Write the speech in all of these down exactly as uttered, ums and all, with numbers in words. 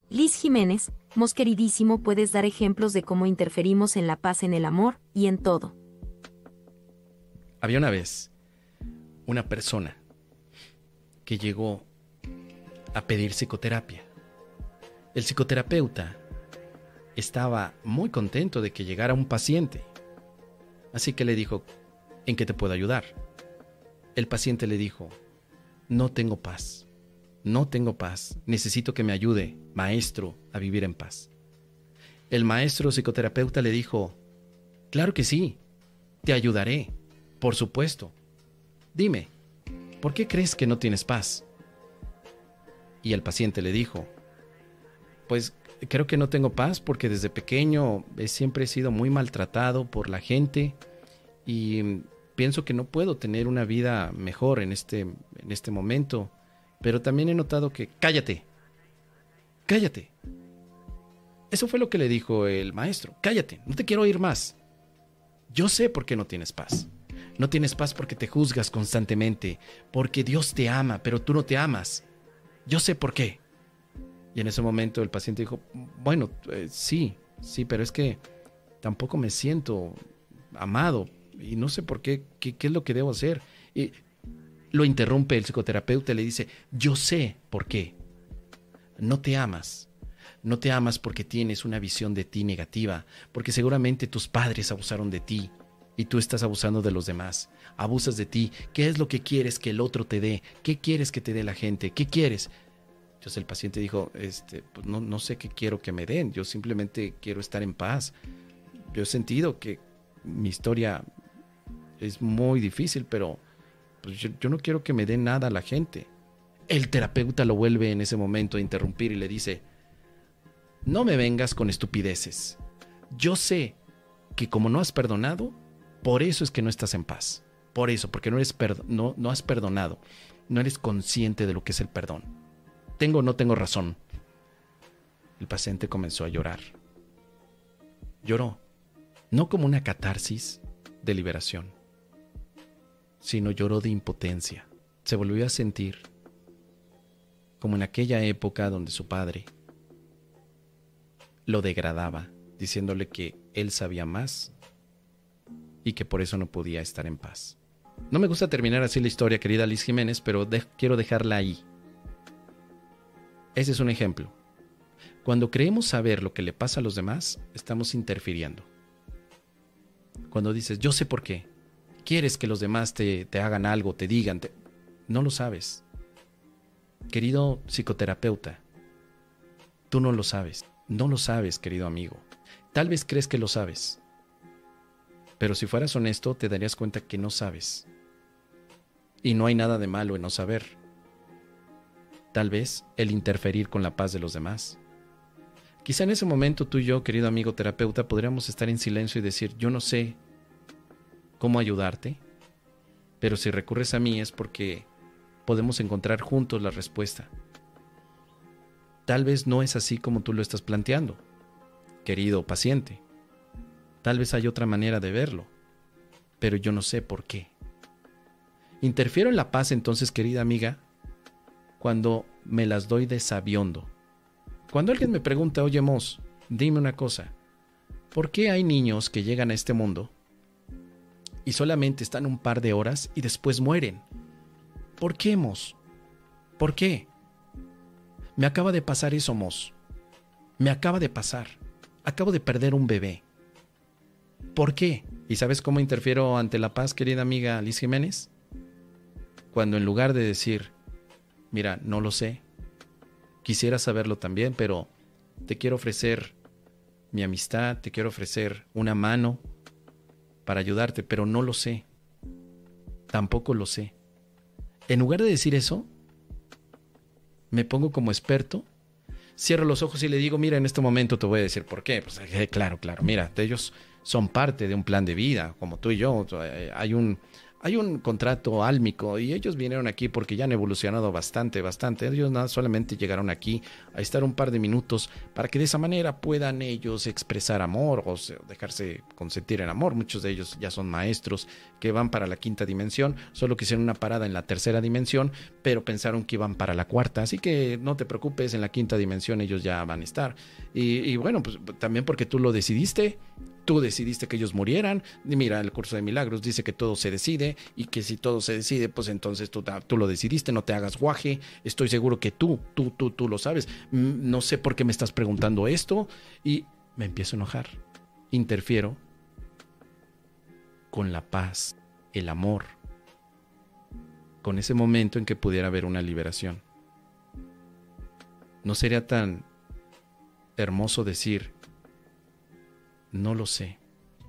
Liz Jiménez, Mos queridísimo, puedes dar ejemplos de cómo interferimos en la paz, en el amor y en todo. Había una vez una persona que llegó a pedir psicoterapia. El psicoterapeuta estaba muy contento de que llegara un paciente, así que le dijo: ¿en qué te puedo ayudar? El paciente le dijo: no tengo paz, no tengo paz, necesito que me ayude, maestro, a vivir en paz. El maestro psicoterapeuta le dijo: claro que sí, te ayudaré, por supuesto. Dime, ¿por qué crees que no tienes paz? Y el paciente le dijo: pues creo que no tengo paz porque desde pequeño siempre he sido muy maltratado por la gente y pienso que no puedo tener una vida mejor en este, en este momento, pero también he notado que... ¡Cállate! ¡Cállate! Eso fue lo que le dijo el maestro. ¡Cállate! No te quiero oír más. Yo sé por qué no tienes paz. No tienes paz porque te juzgas constantemente, porque Dios te ama, pero tú no te amas. Yo sé por qué. Y en ese momento el paciente dijo: bueno, eh, sí, sí, pero es que tampoco me siento amado y no sé por qué, qué, qué es lo que debo hacer. Y lo interrumpe el psicoterapeuta y le dice: yo sé por qué. No te amas. No te amas porque tienes una visión de ti negativa, porque seguramente tus padres abusaron de ti y tú estás abusando de los demás. Abusas de ti. ¿Qué es lo que quieres que el otro te dé? ¿Qué quieres que te dé la gente? ¿Qué quieres? Entonces el paciente dijo: este, pues no, no sé qué quiero que me den, yo simplemente quiero estar en paz. Yo he sentido que mi historia es muy difícil, pero pues yo, yo no quiero que me den nada a la gente. El terapeuta lo vuelve en ese momento a interrumpir y le dice: no me vengas con estupideces. Yo sé que como no has perdonado, por eso es que no estás en paz. Por eso, porque no, eres perdo- no, no has perdonado, no eres consciente de lo que es el perdón. ¿Tengo o no tengo razón? El paciente comenzó a llorar. Lloró, no como una catarsis de liberación, sino lloró de impotencia. Se volvió a sentir como en aquella época donde su padre lo degradaba, diciéndole que él sabía más y que por eso no podía estar en paz. No me gusta terminar así la historia, querida Liz Jiménez, pero de- quiero dejarla ahí. Ese es un ejemplo. Cuando creemos saber lo que le pasa a los demás, estamos interfiriendo. Cuando dices: yo sé por qué, quieres que los demás te, te hagan algo, te digan, te... no lo sabes. Querido psicoterapeuta, tú no lo sabes. No lo sabes, querido amigo. Tal vez crees que lo sabes, pero si fueras honesto te darías cuenta que no sabes. Y no hay nada de malo en no saber. Tal vez el interferir con la paz de los demás. Quizá en ese momento tú y yo, querido amigo terapeuta, podríamos estar en silencio y decir: yo no sé cómo ayudarte, pero si recurres a mí es porque podemos encontrar juntos la respuesta. Tal vez no es así como tú lo estás planteando, querido paciente. Tal vez hay otra manera de verlo, pero yo no sé por qué. Interfiero en la paz entonces, querida amiga, cuando me las doy de sabiondo. Cuando alguien me pregunta: oye, Mos, dime una cosa, ¿por qué hay niños que llegan a este mundo y solamente están un par de horas y después mueren? ¿Por qué, Mos? ¿Por qué? Me acaba de pasar eso, Mos. Me acaba de pasar. Acabo de perder un bebé. ¿Por qué? ¿Y sabes cómo interfiero ante la paz, querida amiga Liz Jiménez? Cuando en lugar de decir: mira, no lo sé, quisiera saberlo también, pero te quiero ofrecer mi amistad, te quiero ofrecer una mano para ayudarte, pero no lo sé, tampoco lo sé. En lugar de decir eso, me pongo como experto, cierro los ojos y le digo: mira, en este momento te voy a decir por qué. Pues eh, claro, claro, mira, ellos son parte de un plan de vida, como tú y yo. Hay un, hay un contrato álmico y ellos vinieron aquí porque ya han evolucionado bastante, bastante. Ellos nada, solamente llegaron aquí a estar un par de minutos para que de esa manera puedan ellos expresar amor o dejarse consentir en amor. Muchos de ellos ya son maestros que van para la quinta dimensión, solo que hicieron una parada en la tercera dimensión, pero pensaron que iban para la cuarta. Así que no te preocupes, en la quinta dimensión ellos ya van a estar. Y, y bueno, pues también porque tú lo decidiste. Tú decidiste que ellos murieran. Y mira, el curso de milagros dice que todo se decide y que si todo se decide, pues entonces tú, tú lo decidiste, no te hagas guaje. Estoy seguro que tú, tú, tú, tú lo sabes. No sé por qué me estás preguntando esto y me empiezo a enojar. Interfiero con la paz, el amor, con ese momento en que pudiera haber una liberación. ¿No sería tan hermoso decir: no lo sé?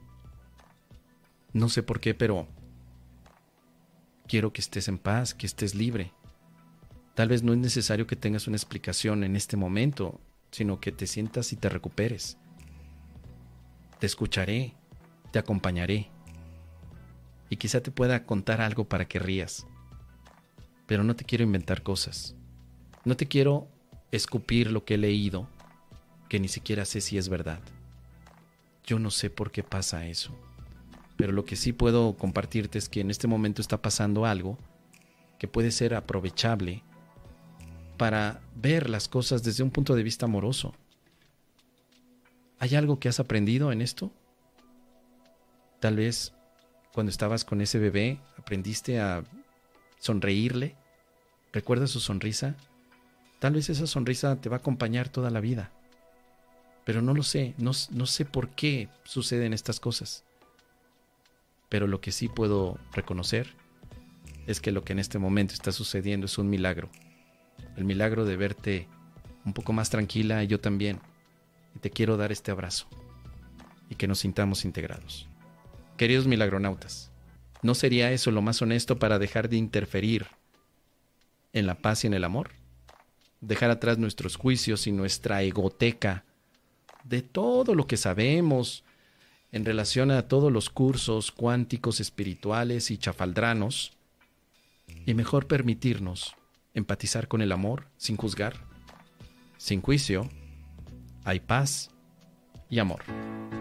No sé por qué, pero quiero que estés en paz, que estés libre. Tal vez no es necesario que tengas una explicación en este momento, sino que te sientas y te recuperes. Te escucharé, te acompañaré y quizá te pueda contar algo para que rías. Pero no te quiero inventar cosas. No te quiero escupir lo que he leído, que ni siquiera sé si es verdad. Yo no sé por qué pasa eso, pero lo que sí puedo compartirte es que en este momento está pasando algo que puede ser aprovechable para ver las cosas desde un punto de vista amoroso. ¿Hay algo que has aprendido en esto? Tal vez cuando estabas con ese bebé aprendiste a sonreírle. ¿Recuerdas su sonrisa? Tal vez esa sonrisa te va a acompañar toda la vida. Pero no lo sé, no, no sé por qué suceden estas cosas. Pero lo que sí puedo reconocer es que lo que en este momento está sucediendo es un milagro. El milagro de verte un poco más tranquila y yo también. Y te quiero dar este abrazo y que nos sintamos integrados. Queridos milagronautas, ¿no sería eso lo más honesto para dejar de interferir en la paz y en el amor? Dejar atrás nuestros juicios y nuestra egoteca de todo lo que sabemos en relación a todos los cursos cuánticos, espirituales y chafaldranos, y mejor permitirnos empatizar con el amor sin juzgar, sin juicio. Hay paz y amor.